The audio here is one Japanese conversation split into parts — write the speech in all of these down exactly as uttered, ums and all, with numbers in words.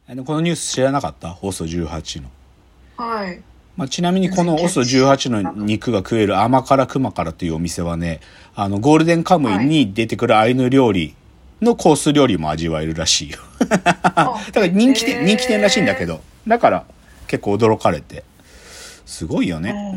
あのこのニュース知らなかった？オソじゅうはちの。 はい。 まあ、ちなみにこのオソじゅうはちの肉が食える甘辛クマ辛というお店はね、あのゴールデンカムイに出てくるアイヌ料理のコース料理も味わえるらしいよ。だから人気店、人気店らしいんだけど、だから結構驚かれて、すごいよね。うん。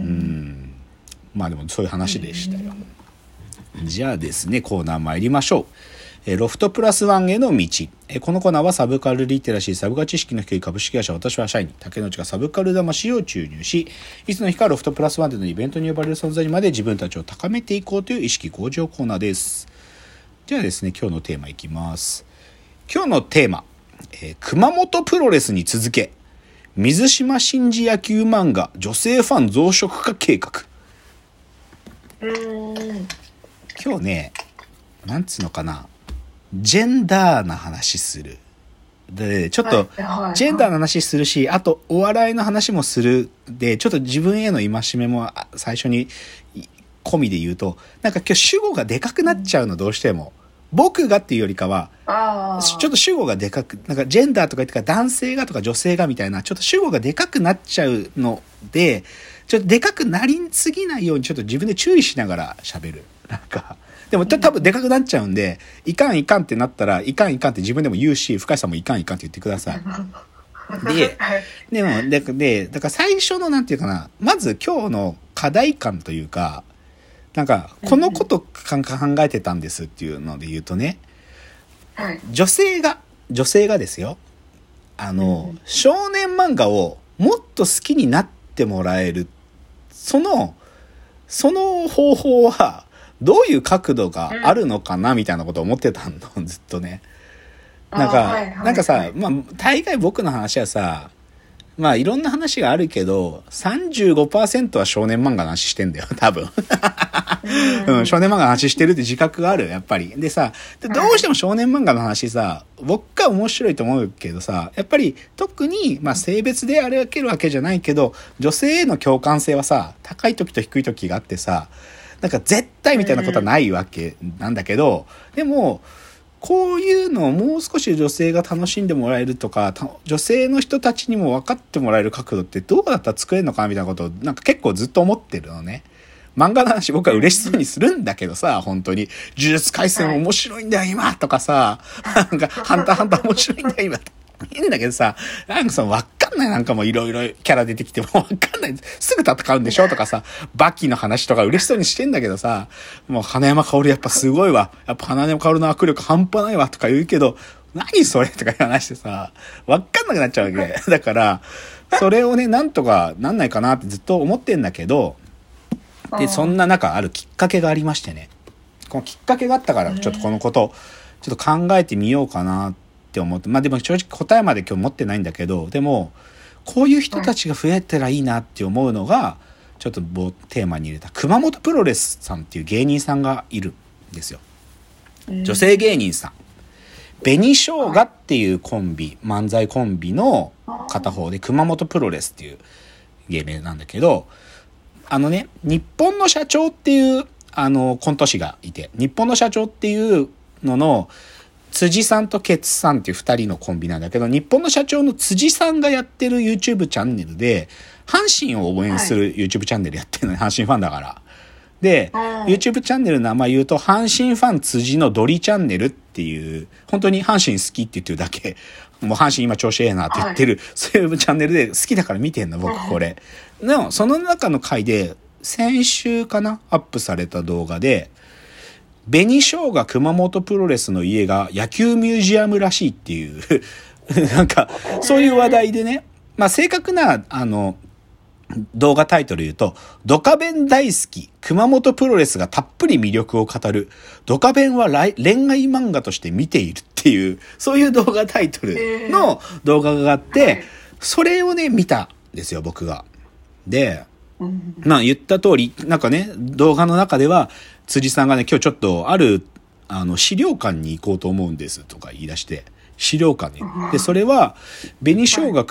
まあでもそういう話でしたよ。じゃあですね、コーナー参りましょう。えロフトプラスワンへの道。えこのコーナーはサブカルリテラシー、サブカル知識の低い株式会社私は社員、竹之内がサブカル魂を注入し、いつの日かロフトプラスワンでのイベントに呼ばれる存在にまで自分たちを高めていこうという意識向上コーナーです。じゃあですね、今日のテーマいきます。今日のテーマ、えー、熊本プロレスに続け、水島新司野球漫画女性ファン増殖化計画。 うーん今日ね、なんつうのかな、ジェンダーな話する。で、ちょっと、ジェンダーの話するし、あと、お笑いの話もする。で、ちょっと自分への戒めも最初に込みで言うと、なんか今日主語がでかくなっちゃうの、どうしても。僕がっていうよりかは、ちょっと主語がでかく、なんかジェンダーとか言ってから男性がとか女性がみたいな、ちょっと主語がでかくなっちゃうので、ちょっとでかくなりすぎないようにちょっと自分で注意しながら喋る。なんか、でも多分でかくなっちゃうんで、いかんいかんってなったら、いかんいかんって自分でも言うし、深井さんもいかんいかんって言ってください。で、でも、で、で、だから最初のなんていうかな、まず今日の課題感というか、なんか、このこと考えてたんですっていうので言うとね、女性が、女性がですよ、あの、少年漫画をもっと好きになってもらえる、その、その方法は、どういう角度があるのかなみたいなことを思ってたの、ずっとね。なんか、はいはいはい、なんかさ、まあ、大概僕の話はさ、まあいろんな話があるけど、さんじゅうごパーセント は少年漫画の話してんだよ、多分。うん、少年漫画の話してるって自覚がある、やっぱり。でさ、でどうしても少年漫画の話さ、僕が面白いと思うけどさ、やっぱり特に、まあ性別であれけるわけじゃないけど、女性への共感性はさ、高い時と低い時があってさ、なんか絶対みたいなことはないわけなんだけど、でも、こういうのをもう少し女性が楽しんでもらえるとか、女性の人たちにも分かってもらえる角度ってどうだったら作れるのかなみたいなことをなんか結構ずっと思ってるのね。漫画の話僕は嬉しそうにするんだけどさ、本当に。呪術廻戦面白いんだよ今とかさ、なんかハンターハンター面白いんだよ今いいんだけどさ、なんかその分かんない、なんかもういろいろキャラ出てきても分かんない。すぐ戦うんでしょとかさ、バキの話とか嬉しそうにしてんだけどさ、もう花山薫やっぱすごいわ。やっぱ花山薫の握力半端ないわとか言うけど、何それとか話してさ、分かんなくなっちゃうわけ。だから、それをね、なんとかなんないかなってずっと思ってんだけど、で、そんな中あるきっかけがありましてね。このきっかけがあったから、ちょっとこのことをちょっと考えてみようかなってって思って、まあでも正直答えまで今日持ってないんだけど、でもこういう人たちが増えたらいいなって思うのが、ちょっとテーマに入れた熊本プロレスさんっていう芸人さんがいるんですよ。女性芸人さん、紅生姜っていうコンビ、漫才コンビの片方で熊本プロレスっていう芸名なんだけど、あのね、日本の社長っていうあのコント師がいて、日本の社長っていうのの辻さんとケツさんっていう二人のコンビなんだけど、日本の社長の辻さんがやってる YouTube チャンネルで、阪神を応援する YouTube チャンネルやってるのね、阪神ファンだから。で、YouTube チャンネルの名前言うと、阪神ファン辻のドリチャンネルっていう、本当に阪神好きって言ってるだけ、もう阪神今調子ええなって言ってる、そういうチャンネルで好きだから見てんの、僕これ。でも、その中の回で、先週かなアップされた動画で、紅生姜熊本プロレスの家が野球ミュージアムらしいっていうなんかそういう話題でね、まあ正確なあの動画タイトル言うと、ドカベン大好き熊本プロレスがたっぷり魅力を語るドカベンは恋愛漫画として見ているっていう、そういう動画タイトルの動画があって、それをね見たんですよ僕が。で、まあ言った通り、なんかね動画の中では辻さんがね、今日ちょっとあるあの資料館に行こうと思うんですとか言い出して、資料館に。で、それは紅生姜く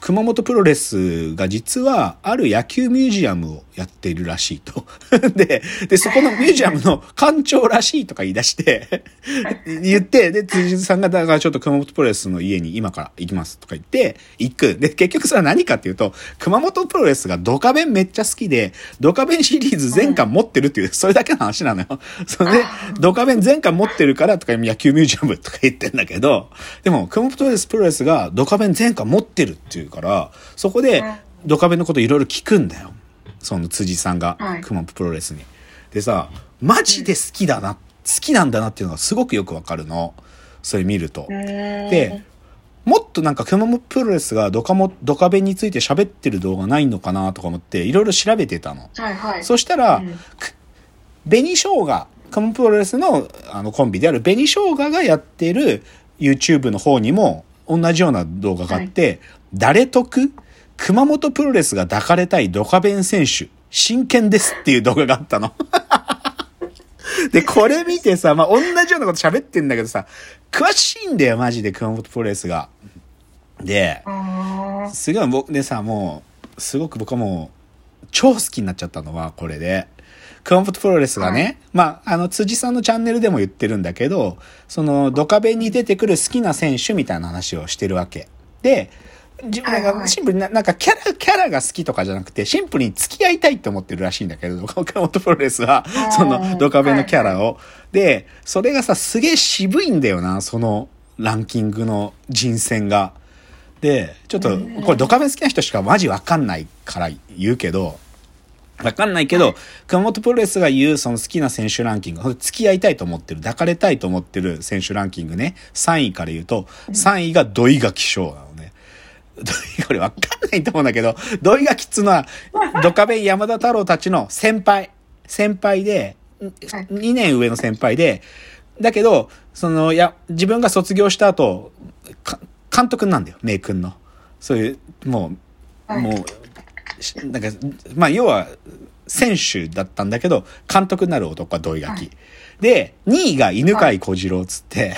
熊本プロレスが実はある野球ミュージアムをやっているらしいと。で、で、そこのミュージアムの館長らしいとか言い出して、言って、で、辻さんがだからちょっと熊本プロレスの家に今から行きますとか言って、行く。で、結局それは何かっていうと、熊本プロレスがドカベンめっちゃ好きで、ドカベンシリーズ全巻持ってるっていう、それだけの話なのよ。それで、ドカベン全巻持ってるからとか野球ミュージアムとか言ってんだけど、でも、熊本プロレスプロレスがドカベン全巻持ってるっていうから、そこでドカベンのこといろいろ聞くんだよ。その辻さんが熊本プロレスに。でさ、マジで好きだな、好きなんだなっていうのがすごくよくわかるの。それ見ると。で、もっとなんか熊本プロレスがドカモ、ドカベンについて喋ってる動画ないのかなとか思っていろいろ調べてたの。 はいはい、 そしたら、うん、紅生姜、熊本プロレスのあのコンビである紅生姜がやってる YouTube の方にも同じような動画があって、はい、誰得熊本プロレスが抱かれたいドカベン選手真剣ですっていう動画があったの。で、これ見てさ、まあ、同じようなこと喋ってんだけどさ、詳しいんだよ、マジで熊本プロレスが。で、すごい僕でさ、もう、すごく僕はもう、超好きになっちゃったのは、これで。熊本プロレスがね、はい、まあ、あの、辻さんのチャンネルでも言ってるんだけど、その、ドカベンに出てくる好きな選手みたいな話をしてるわけ。で、自分がシンプルにな、なんかキャラ、キャラが好きとかじゃなくて、シンプルに付き合いたいって思ってるらしいんだけど、熊本プロレスは、その、ドカベンのキャラを。で、それがさ、すげえ渋いんだよな、その、ランキングの人選が。で、ちょっと、これドカベン好きな人しかマジわかんないから言うけど、わかんないけど、熊本プロレスが言うその好きな選手ランキング、付き合いたいと思ってる、抱かれたいと思ってる選手ランキングね、さんいから言うと、さんいが土井垣翔なのね。これわかんないと思うんだけど、土井垣っつうのは、ドカベン山田太郎たちの先輩、先輩で、にねん上の先輩で、だけど、その、や、自分が卒業した後、監督なんだよ、名君の。そういう、もう、もう、なんか、まあ、要は、選手だったんだけど、監督になる男は土井垣。はい、で、にいが犬飼小次郎つって、はい、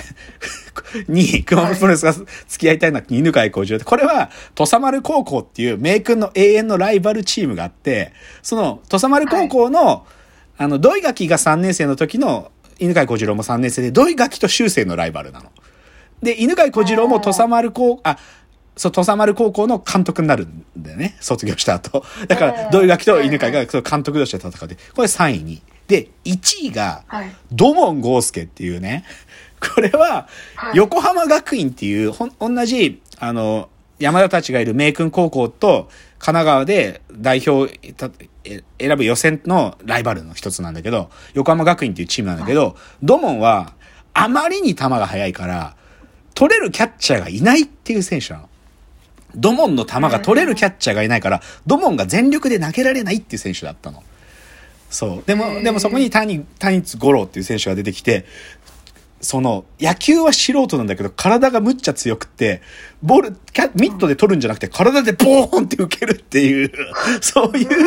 にい、熊本プロレスが付き合いたいのは犬飼小次郎で、これは、土佐丸高校っていう名君の永遠のライバルチームがあって、その、土佐丸高校の、はい、あの、土井垣がさんねん生の時の犬飼小次郎もさんねん生で、土井垣と修正のライバルなの。で、犬飼小次郎も土佐丸高、あ、そう、土佐丸高校の監督になるんだよね。卒業した後。だから、土井垣と犬飼が監督として戦って、これさんいに。で、いちいが、土門豪介っていうね。これは、横浜学院っていう、ほん、同じ、あの、山田たちがいる名君高校と、神奈川で代表選ぶ予選のライバルの一つなんだけど、横浜学院っていうチームなんだけど、土門は、あまりに球が速いから、取れるキャッチャーがいないっていう選手なの。ドモンの球が取れるキャッチャーがいないから、ドモンが全力で投げられないっていう選手だったの。そう。でも、でもそこに谷、谷津五郎っていう選手が出てきて、その、野球は素人なんだけど、体がむっちゃ強くって、ボール、キャミットで取るんじゃなくて、体でボーンって受けるっていう、そういう、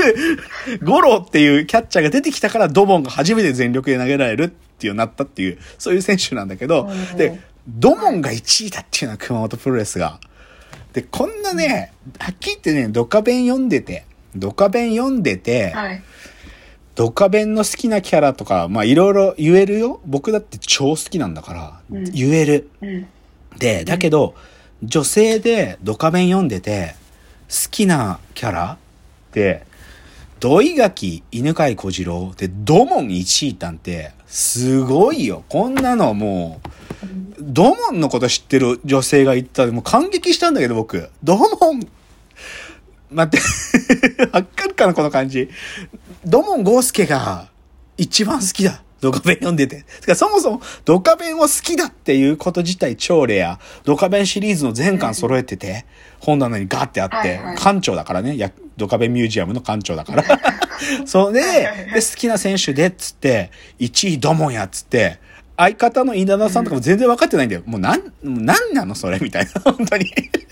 五郎っていうキャッチャーが出てきたから、ドモンが初めて全力で投げられるっていうなったっていう、そういう選手なんだけど、で、ドモンがいちいだっていうのは熊本プロレスが。で、こんなね、はっきり言ってね、ドカベン読んでて、ドカベン読んでて、はい、ドカベンの好きなキャラとか、まあいろいろ言えるよ。僕だって超好きなんだから、うん、言える、うん。で、だけど、女性でドカベン読んでて、好きなキャラって、土井垣、犬飼小次郎で、ドモンいちいなんて、すごいよ。こんなのもう、ドモンのこと知ってる女性がいたら、もう感激したんだけど、僕。ドモン、待って、わかるかな、この感じ。ドモン豪介が一番好きだ。ドカベン読んでて。てかそもそもドカベンを好きだっていうこと自体超レア。ドカベンシリーズの全巻揃えてて、本棚にガーってあって、はいはい、館長だからね。やドカベンミュージアムの館長だから。そうで、で、好きな選手でっつって、いちいドモンやっつって、相方の稲田さんとかも全然分かってないんだよ。もうなん、なんなのそれみたいな。本当に。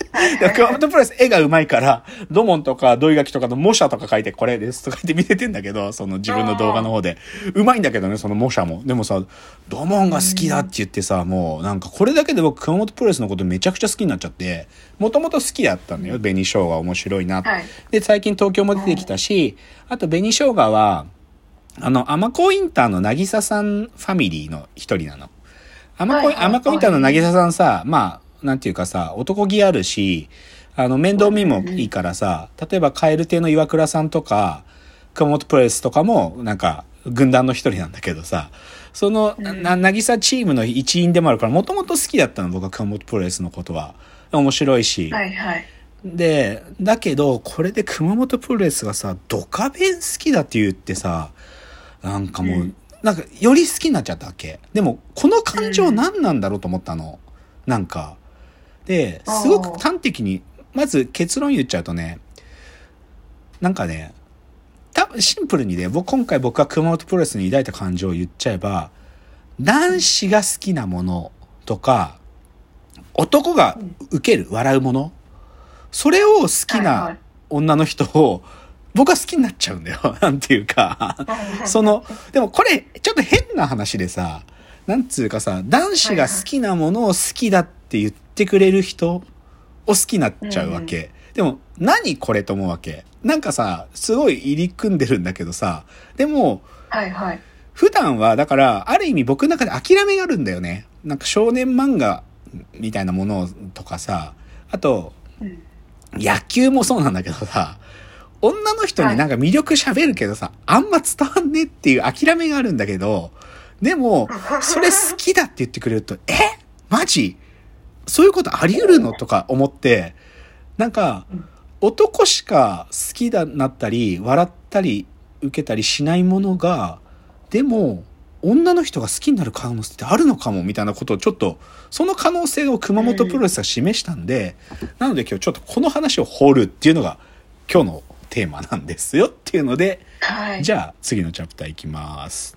で熊本プロレス絵が上手いから、土門とか土井垣とかの模写とか書いてこれですとか言って見せてんだけど、その自分の動画の方で。上手いんだけどね、その模写も。でもさ、土門が好きだって言ってさ、もうなんかこれだけで僕熊本プロレスのことめちゃくちゃ好きになっちゃって、もともと好きだったのよ。紅生姜面白いなって、はい。で、最近東京も出てきたし、あと紅生姜は、あの、アマコインターの渚さんファミリーの一人なの。アマコイ、アマコインターの渚さんさ、まあ、なんていうかさ、男気あるし、あの、面倒見もいいからさ、例えばカエル亭の岩倉さんとか、熊本プロレスとかも、なんか、軍団の一人なんだけどさ、その、な、渚チームの一員でもあるから、もともと好きだったの、僕は熊本プロレスのことは。面白いし。 はいはい。 で、だけど、これで熊本プロレスがさ、ドカベン好きだって言ってさ、なんかもう、うん、なんか、より好きになっちゃったわけ。でも、この感情何なんだろうと思ったの。うん、なんか。で、すごく端的に、まず結論言っちゃうとね、なんかね、多分シンプルにね、僕、今回僕が熊本プロレスに抱いた感情を言っちゃえば、男子が好きなものとか、男が受ける、笑うもの、それを好きな女の人を、僕は好きになっちゃうんだよ。なんていうか、その、でもこれ、ちょっと変な話でさ、なんつうかさ、男子が好きなものを好きだって言ってくれる人を好きになっちゃうわけ。うんうん、でも、何これと思うわけ。なんかさ、すごい入り組んでるんだけどさ、でも、 はいはい、 普段は、だから、ある意味僕の中で諦めがあるんだよね。なんか少年漫画みたいなものとかさ、あと、うん、野球もそうなんだけどさ、女の人になんか魅力喋るけどさ、はい、あんま伝わんねえっていう諦めがあるんだけど、でも、それ好きだって言ってくれると、えマジそういうことあり得るのとか思って、なんか、男しか好きだなったり、笑ったり、受けたりしないものが、でも、女の人が好きになる可能性ってあるのかもみたいなことをちょっと、その可能性を熊本プロレスが示したんで、なので今日ちょっとこの話を掘るっていうのが今日のテーマなんですよっていうので、はい、じゃあ次のチャプターいきます。